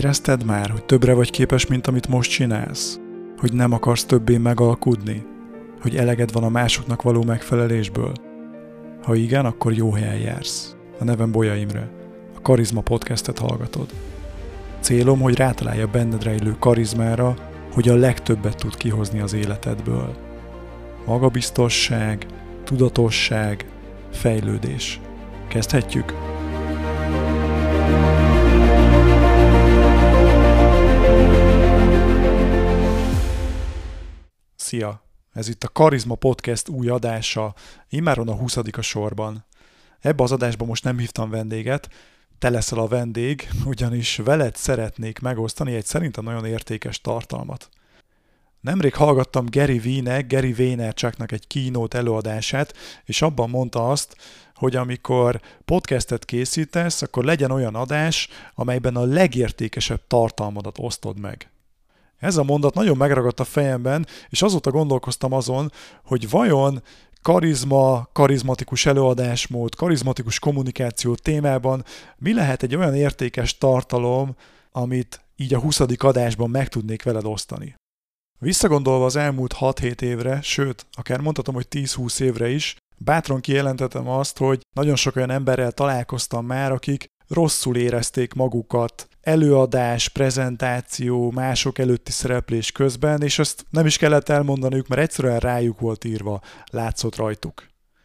Érezted már, hogy többre vagy képes, mint amit most csinálsz? Hogy nem akarsz többé megalkudni? Hogy eleged van a másoknak való megfelelésből? Ha igen, akkor jó helyen jársz. A nevem Bolya Imre. A Karizma podcastet hallgatod. Célom, hogy rátalálja benned rejlő karizmára, hogy a legtöbbet tud kihozni az életedből. Magabiztosság, tudatosság, fejlődés. Kezdhetjük? Szia! Ez itt a Karizma Podcast új adása, immáron a 20. a sorban. Ebbe az adásban most nem hívtam vendéget, te leszel a vendég, ugyanis veled szeretnék megosztani egy szerintem nagyon értékes tartalmat. Nemrég hallgattam Gary Vaynerchuknak egy keynote előadását, és abban mondta azt, hogy amikor podcastet készítesz, akkor legyen olyan adás, amelyben a legértékesebb tartalmadat osztod meg. Ez a mondat nagyon megragadt a fejemben, és azóta gondolkoztam azon, hogy vajon karizmatikus előadásmód, karizmatikus kommunikáció témában mi lehet egy olyan értékes tartalom, amit így a 20. adásban meg tudnék veled osztani. Visszagondolva az elmúlt 6-7 évre, sőt, akár mondhatom, hogy 10-20 évre is, bátran kijelentettem azt, hogy nagyon sok olyan emberrel találkoztam már, akik rosszul érezték magukat előadás, prezentáció, mások előtti szereplés közben, és ezt nem is kellett elmondaniuk, mert egyszerűen rájuk volt írva, látszott rajtuk.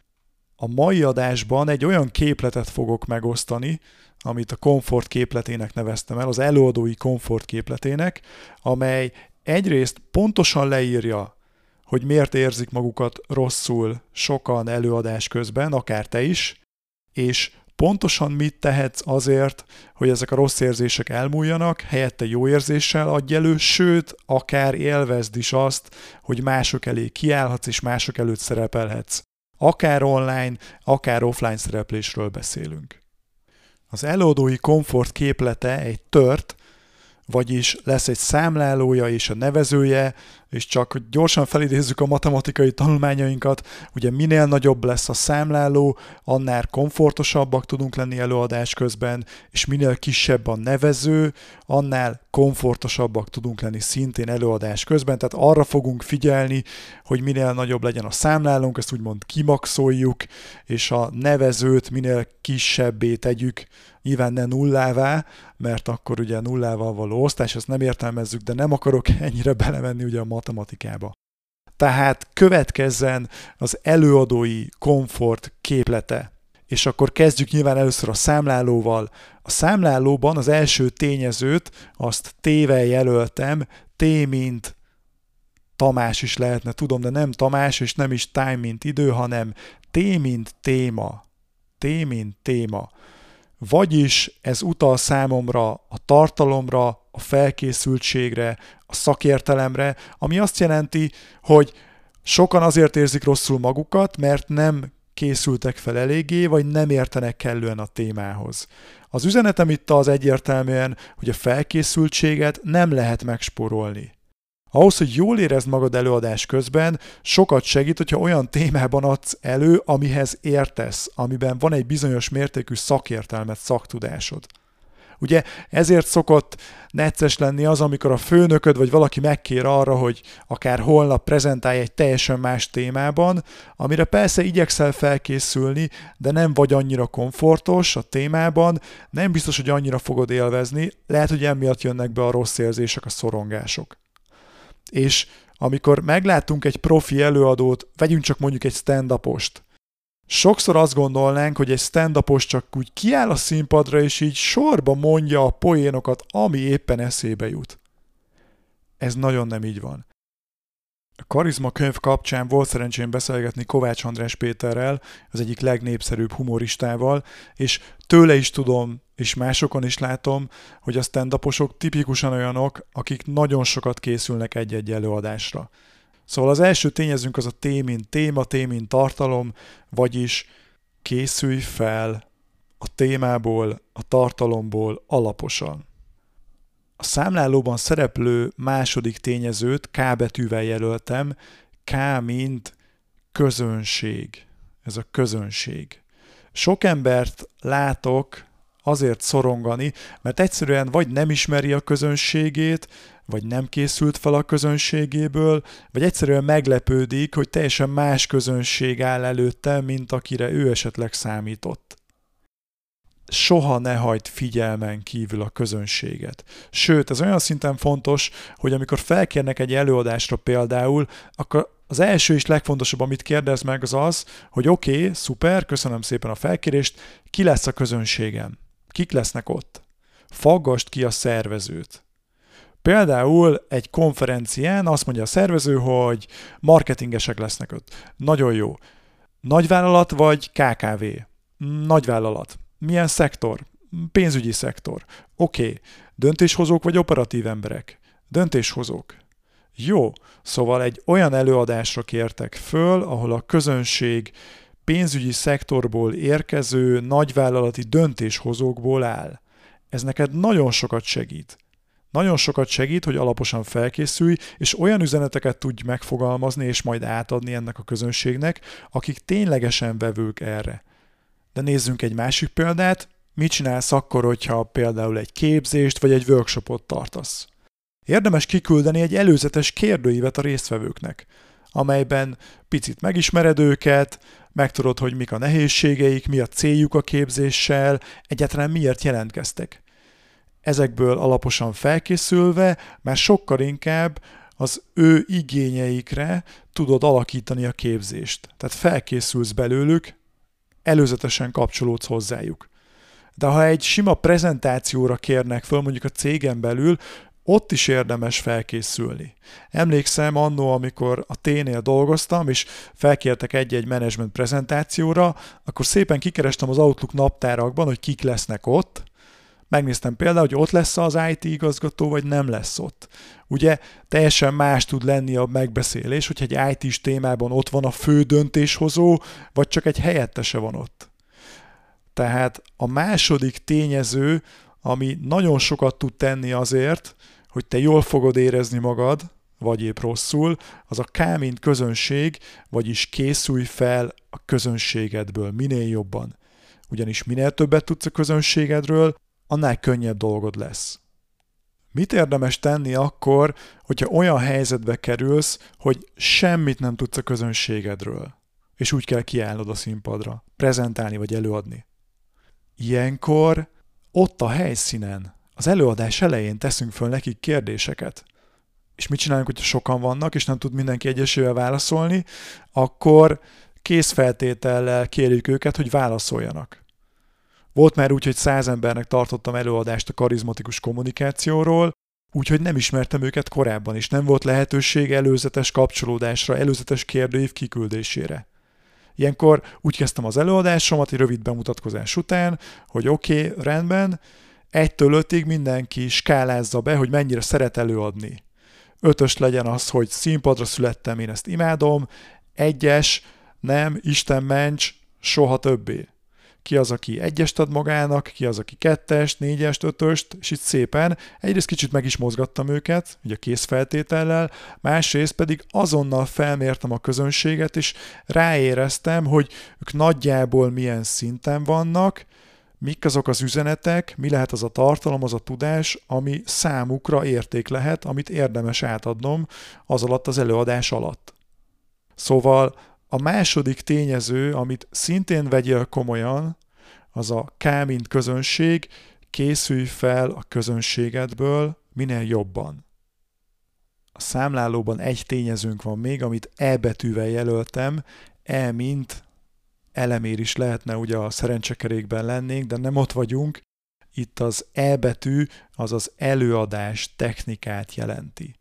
A mai adásban egy olyan képletet fogok megosztani, amit a komfort képletének neveztem el, az előadói komfort képletének, amely egyrészt pontosan leírja, hogy miért érzik magukat rosszul sokan előadás közben, akár te is, és pontosan mit tehetsz azért, hogy ezek a rossz érzések elmúljanak, helyette jó érzéssel adj elő, sőt, akár élvezd is azt, hogy mások elé kiállhatsz és mások előtt szerepelhetsz. Akár online, akár offline szereplésről beszélünk. Az előadói komfort képlete egy tört, vagyis lesz egy számlálója és a nevezője, és csak gyorsan felidézzük a matematikai tanulmányainkat, ugye minél nagyobb lesz a számláló, annál komfortosabbak tudunk lenni előadás közben, és minél kisebb a nevező, annál komfortosabbak tudunk lenni szintén előadás közben, tehát arra fogunk figyelni, hogy minél nagyobb legyen a számlálónk, ezt úgymond kimaxoljuk, és a nevezőt minél kisebbé tegyük, nyilván ne nullává, mert akkor ugye nullával való osztás, ezt nem értelmezzük, de nem akarok ennyire belemenni ugye a matematikába. Tehát következzen az előadói komfort képlete. És akkor kezdjük nyilván először a számlálóval. A számlálóban az első tényezőt, azt T-vel jelöltem, T mint Tamás is lehetne, tudom, de nem Tamás, és nem is time mint idő, hanem T mint téma. T mint téma. Vagyis ez utal számomra a tartalomra, a felkészültségre, a szakértelemre, ami azt jelenti, hogy sokan azért érzik rosszul magukat, mert nem készültek fel eléggé, vagy nem értenek kellően a témához. Az üzenetem itt az egyértelműen, hogy a felkészültséget nem lehet megspórolni. Ahhoz, hogy jól érezd magad előadás közben, sokat segít, hogyha olyan témában adsz elő, amihez értesz, amiben van egy bizonyos mértékű szakértelmed, szaktudásod. Ugye ezért szokott necces lenni az, amikor a főnököd vagy valaki megkér arra, hogy akár holnap prezentálj egy teljesen más témában, amire persze igyekszel felkészülni, de nem vagy annyira komfortos a témában, nem biztos, hogy annyira fogod élvezni, lehet, hogy emiatt jönnek be a rossz érzések, a szorongások. És amikor meglátunk egy profi előadót, vegyünk csak mondjuk egy stand-upost, sokszor azt gondolnánk, hogy egy stand-upos csak úgy kiáll a színpadra, és így sorba mondja a poénokat, ami éppen eszébe jut. Ez nagyon nem így van. A Karizma könyv kapcsán volt szerencsém beszélgetni Kovács András Péterrel, az egyik legnépszerűbb humoristával, és tőle is tudom, és másokon is látom, hogy a stand-uposok tipikusan olyanok, akik nagyon sokat készülnek egy-egy előadásra. Szóval az első tényezőnk az a T mint téma, T mint tartalom, vagyis készülj fel a témából, a tartalomból alaposan. A számlálóban szereplő második tényezőt K betűvel jelöltem, K mint közönség. Ez a közönség. Sok embert látok azért szorongani, mert egyszerűen vagy nem ismeri a közönségét, vagy nem készült fel a közönségéből, vagy egyszerűen meglepődik, hogy teljesen más közönség áll előtte, mint akire ő esetleg számított. Soha ne hagyd figyelmen kívül a közönséget. Sőt, ez olyan szinten fontos, hogy amikor felkérnek egy előadásra például, akkor az első és legfontosabb, amit kérdez meg, az az, hogy oké, szuper, köszönöm szépen a felkérést, ki lesz a közönségem? Kik lesznek ott? Faggasd ki a szervezőt. Például egy konferencián azt mondja a szervező, hogy marketingesek lesznek ott. Nagyon jó. Nagyvállalat vagy KKV? Nagyvállalat. Milyen szektor? Pénzügyi szektor. Oké. Döntéshozók vagy operatív emberek? Döntéshozók. Jó. Szóval egy olyan előadásra kértek föl, ahol a közönség pénzügyi szektorból érkező nagyvállalati döntéshozókból áll. Ez neked nagyon sokat segít. Nagyon sokat segít, hogy alaposan felkészülj, és olyan üzeneteket tudj megfogalmazni, és majd átadni ennek a közönségnek, akik ténylegesen vevők erre. De nézzünk egy másik példát, mit csinálsz akkor, hogyha például egy képzést vagy egy workshopot tartasz? Érdemes kiküldeni egy előzetes kérdőívet a résztvevőknek, amelyben picit megismered őket, megtudod, hogy mik a nehézségeik, mi a céljuk a képzéssel, egyáltalán miért jelentkeztek. Ezekből alaposan felkészülve már sokkal inkább az ő igényeikre tudod alakítani a képzést. Tehát felkészülsz belőlük, előzetesen kapcsolódsz hozzájuk. De ha egy sima prezentációra kérnek föl, mondjuk a cégen belül, ott is érdemes felkészülni. Emlékszem annó, amikor a T-nél dolgoztam, és felkértek egy-egy menedzsment prezentációra, akkor szépen kikerestem az Outlook naptárakban, hogy kik lesznek ott. Megnéztem például, hogy ott lesz az IT igazgató, vagy nem lesz ott. Ugye teljesen más tud lenni a megbeszélés, hogyha egy IT-s témában ott van a fő döntéshozó, vagy csak egy helyettese van ott. Tehát a második tényező, ami nagyon sokat tud tenni azért, hogy te jól fogod érezni magad, vagy épp rosszul, az a K mint közönség, vagyis készülj fel a közönségedből minél jobban. Ugyanis minél többet tudsz a közönségedről, annál könnyebb dolgod lesz. Mit érdemes tenni akkor, hogyha olyan helyzetbe kerülsz, hogy semmit nem tudsz a közönségedről, és úgy kell kiállnod a színpadra, prezentálni vagy előadni? Ilyenkor ott a helyszínen, az előadás elején teszünk föl nekik kérdéseket. És mit csinálunk, hogyha sokan vannak, és nem tud mindenki egyesével válaszolni, akkor készfeltétellel kérjük őket, hogy válaszoljanak. Volt már úgy, hogy 100 embernek tartottam előadást a karizmatikus kommunikációról, úgyhogy nem ismertem őket korábban, és nem volt lehetőség előzetes kapcsolódásra, előzetes kérdőív kiküldésére. Ilyenkor úgy kezdtem az előadásomat egy rövid bemutatkozás után, hogy oké, rendben, 1-től 5-ig mindenki skálázza be, hogy mennyire szeret előadni. 5-ös legyen az, hogy színpadra születtem, én ezt imádom, 1-es, nem, Isten ments, soha többé. Ki az, aki 1-est ad magának, ki az, aki 2-est, 4-est, 5-öst, és itt szépen egyrészt kicsit meg is mozgattam őket, ugye készfeltétellel, másrészt pedig azonnal felmértem a közönséget, és ráéreztem, hogy ők nagyjából milyen szinten vannak, mik azok az üzenetek, mi lehet az a tartalom, az a tudás, ami számukra érték lehet, amit érdemes átadnom az alatt az előadás alatt. Szóval a második tényező, amit szintén vegyél komolyan, az a K mint közönség, készülj fel a közönségedből minél jobban. A számlálóban egy tényezőnk van még, amit E betűvel jelöltem, E mint elemér is lehetne, ugye a szerencsekerékben lennénk, de nem ott vagyunk. Itt az E betű, az az előadás technikát jelenti.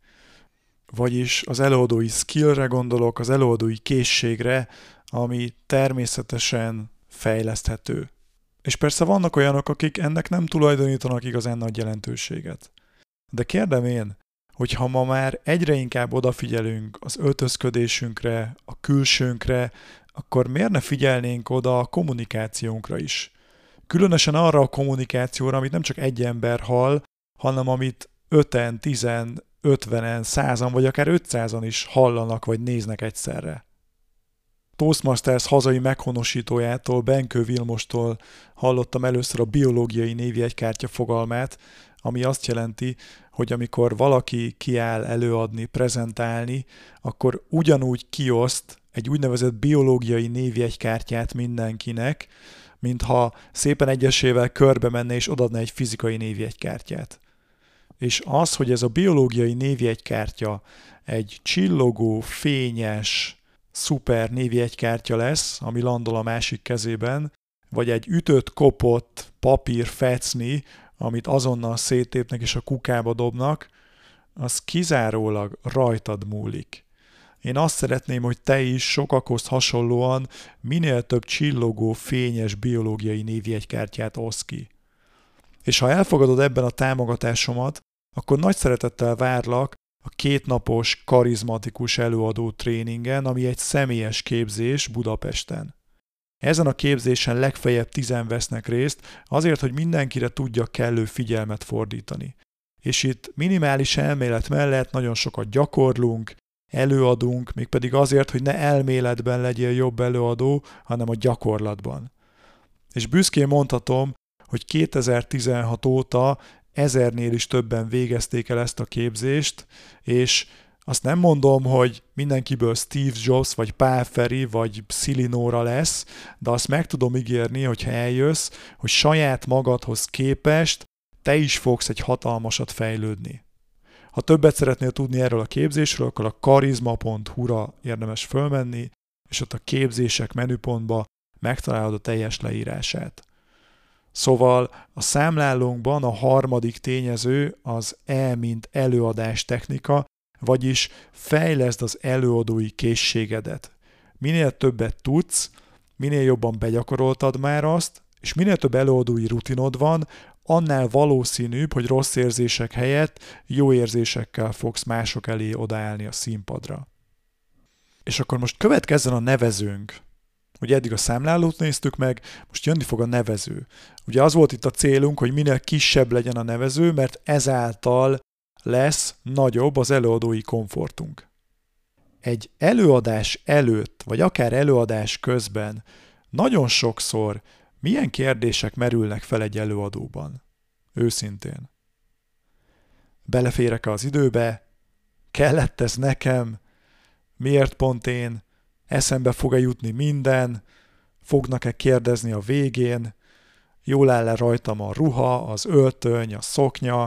Vagyis az előadói skillre gondolok, az előadói készségre, ami természetesen fejleszthető. És persze vannak olyanok, akik ennek nem tulajdonítanak igazán nagy jelentőséget. De kérdem én, hogyha ma már egyre inkább odafigyelünk az öltözködésünkre, a külsőnkre, akkor miért ne figyelnénk oda a kommunikációnkra is? Különösen arra a kommunikációra, amit nem csak egy ember hall, hanem amit 5-en, 10-en, 50-en, 100-an vagy akár 500-an is hallanak vagy néznek egyszerre. Toastmasters hazai meghonosítójától, Benkő Vilmostól hallottam először a biológiai névjegykártya fogalmát, ami azt jelenti, hogy amikor valaki kiáll előadni, prezentálni, akkor ugyanúgy kioszt egy úgynevezett biológiai névjegykártyát mindenkinek, mintha szépen egyesével körbe menne és odaadna egy fizikai névjegykártyát. És az, hogy ez a biológiai névjegykártya egy csillogó, fényes, szuper névjegykártya lesz, ami landol a másik kezében, vagy egy ütött, kopott papír fecni, amit azonnal széttépnek és a kukába dobnak, az kizárólag rajtad múlik. Én azt szeretném, hogy te is sokakhoz hasonlóan minél több csillogó, fényes biológiai névjegykártyát oszd ki. És ha elfogadod ebben a támogatásomat, akkor nagy szeretettel várlak a 2 napos karizmatikus előadó tréningen, ami egy személyes képzés Budapesten. Ezen a képzésen legfeljebb 10 vesznek részt, azért, hogy mindenkire tudjak kellő figyelmet fordítani. És itt minimális elmélet mellett nagyon sokat gyakorlunk, előadunk, mégpedig azért, hogy ne elméletben legyél jobb előadó, hanem a gyakorlatban. És büszkén mondhatom, hogy 2016 óta 1000-nél is többen végezték el ezt a képzést, és azt nem mondom, hogy mindenkiből Steve Jobs, vagy Pál Feri, vagy Szilinóra lesz, de azt meg tudom ígérni, hogyha eljössz, hogy saját magadhoz képest te is fogsz egy hatalmasat fejlődni. Ha többet szeretnél tudni erről a képzésről, akkor a karizma.hu-ra érdemes fölmenni, és ott a képzések menüpontba megtalálod a teljes leírását. Szóval a számlálónkban a harmadik tényező az E, mint előadás technika, vagyis fejleszd az előadói készségedet. Minél többet tudsz, minél jobban begyakoroltad már azt, és minél több előadói rutinod van, annál valószínűbb, hogy rossz érzések helyett jó érzésekkel fogsz mások elé odaállni a színpadra. És akkor most következzen a nevezőnk. Ugye eddig a számlálót néztük meg, most jönni fog a nevező. Ugye az volt itt a célunk, hogy minél kisebb legyen a nevező, mert ezáltal lesz nagyobb az előadói komfortunk. Egy előadás előtt, vagy akár előadás közben nagyon sokszor milyen kérdések merülnek fel egy előadóban? Őszintén. Beleférek-e az időbe? Kellett ez nekem? Miért pont én? Eszembe fog-e jutni minden? Fognak-e kérdezni a végén? Jól áll-e rajtam a ruha, az öltöny, a szoknya?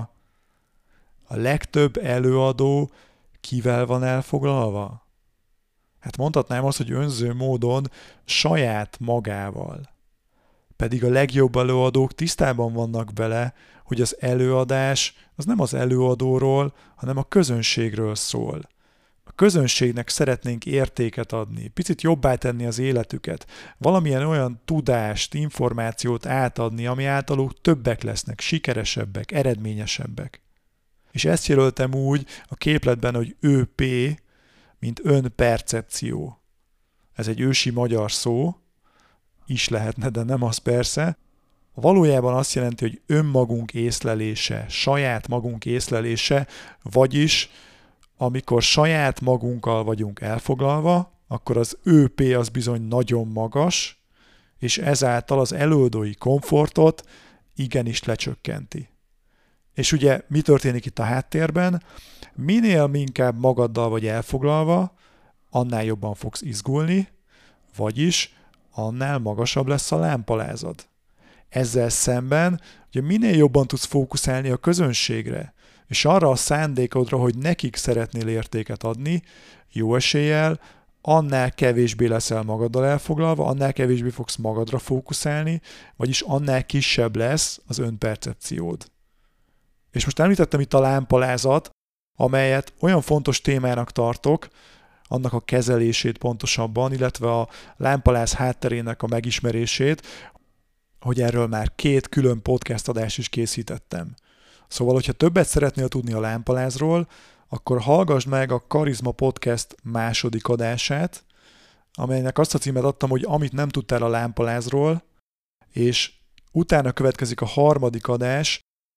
A legtöbb előadó kivel van elfoglalva? Hát mondhatnám azt, hogy önző módon saját magával. Pedig a legjobb előadók tisztában vannak vele, hogy az előadás az nem az előadóról, hanem a közönségről szól. A közönségnek szeretnénk értéket adni, picit jobbá tenni az életüket, valamilyen olyan tudást, információt átadni, ami általuk többek lesznek, sikeresebbek, eredményesebbek. És ezt jelöltem úgy a képletben, hogy ÖP, mint önpercepció. Ez egy ősi magyar szó, is lehetne, de nem az persze. Valójában azt jelenti, hogy önmagunk észlelése, saját magunk észlelése, vagyis amikor saját magunkkal vagyunk elfoglalva, akkor az ÖP az bizony nagyon magas, és ezáltal az előadói komfortot igenis lecsökkenti. És ugye mi történik itt a háttérben? Minél inkább magaddal vagy elfoglalva, annál jobban fogsz izgulni, vagyis annál magasabb lesz a lámpalázad. Ezzel szemben ugye minél jobban tudsz fókuszálni a közönségre, és arra a szándékodra, hogy nekik szeretnél értéket adni, jó eséllyel, annál kevésbé leszel magaddal elfoglalva, annál kevésbé fogsz magadra fókuszálni, vagyis annál kisebb lesz az önpercepciód. És most említettem itt a lámpalázat, amelyet olyan fontos témának tartok, annak a kezelését pontosabban, illetve a lámpaláz hátterének a megismerését, hogy erről már 2 külön podcast adást is készítettem. Szóval, hogyha többet szeretnél tudni a lámpalázról, akkor hallgassd meg a Karizma Podcast második adását, amelynek azt a címet adtam, hogy amit nem tudtál a lámpalázról, és utána következik a harmadik adás,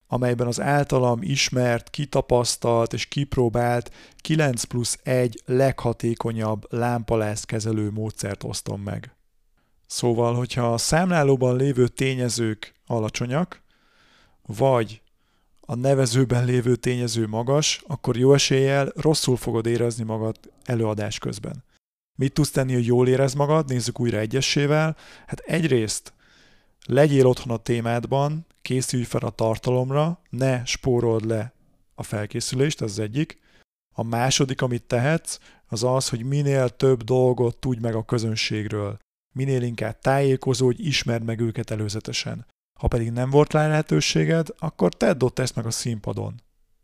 amelyben az általam ismert, kitapasztalt és kipróbált 9+1 leghatékonyabb lámpalázkezelő módszert osztom meg. Szóval, hogyha a számlálóban lévő tényezők alacsonyak, vagy a nevezőben lévő tényező magas, akkor jó eséllyel rosszul fogod érezni magad előadás közben. Mit tudsz tenni, hogy jól érezd magad? Nézzük újra egyessével. Hát egyrészt legyél otthon a témádban, készülj fel a tartalomra, ne spórold le a felkészülést, ez az egyik. A második, amit tehetsz, az az, hogy minél több dolgot tudj meg a közönségről. Minél inkább tájékozódj, ismerd meg őket előzetesen. Ha pedig nem volt rá lehetőséged, akkor tedd ott ezt meg a színpadon.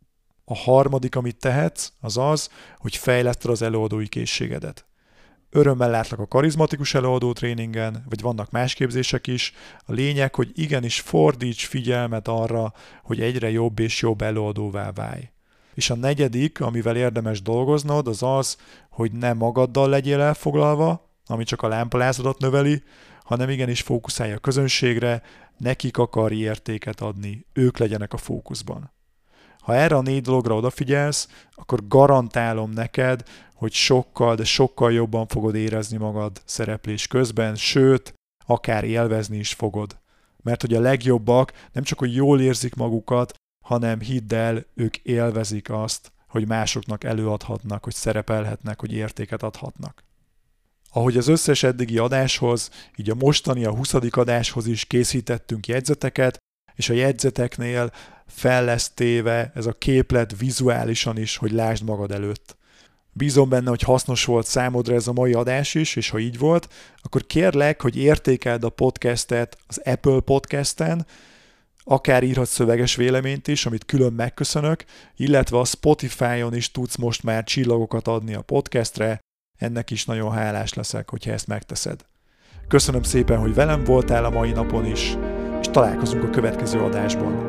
A harmadik, amit tehetsz, az az, hogy fejleszted az előadói készségedet. Örömmel látlak a karizmatikus előadó tréningen, vagy vannak más képzések is. A lényeg, hogy igenis fordíts figyelmet arra, hogy egyre jobb és jobb előadóvá válj. És a negyedik, amivel érdemes dolgoznod, az az, hogy ne magaddal legyél elfoglalva, ami csak a lámpalázatot növeli, hanem igenis fókuszálj a közönségre, nekik akarj értéket adni, ők legyenek a fókuszban. Ha erre a 4 dologra odafigyelsz, akkor garantálom neked, hogy sokkal, de sokkal jobban fogod érezni magad szereplés közben, sőt, akár élvezni is fogod. Mert hogy a legjobbak nem csak, hogy jól érzik magukat, hanem hidd el, ők élvezik azt, hogy másoknak előadhatnak, hogy szerepelhetnek, hogy értéket adhatnak. Ahogy az összes eddigi adáshoz, így a mostani, a 20. adáshoz is készítettünk jegyzeteket, és a jegyzeteknél fel lesz téve ez a képlet vizuálisan is, hogy lásd magad előtt. Bízom benne, hogy hasznos volt számodra ez a mai adás is, és ha így volt, akkor kérlek, hogy értékeld a podcastet az Apple Podcasten, akár írhatsz szöveges véleményt is, amit külön megköszönök, illetve a Spotify-on is tudsz most már csillagokat adni a podcastre, ennek is nagyon hálás leszek, hogyha ezt megteszed. Köszönöm szépen, hogy velem voltál a mai napon is, és találkozunk a következő adásban.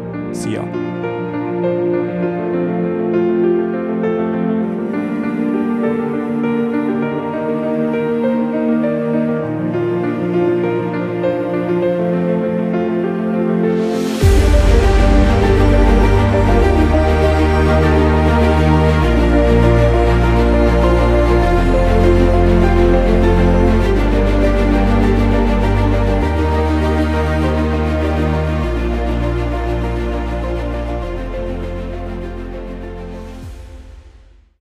Szia!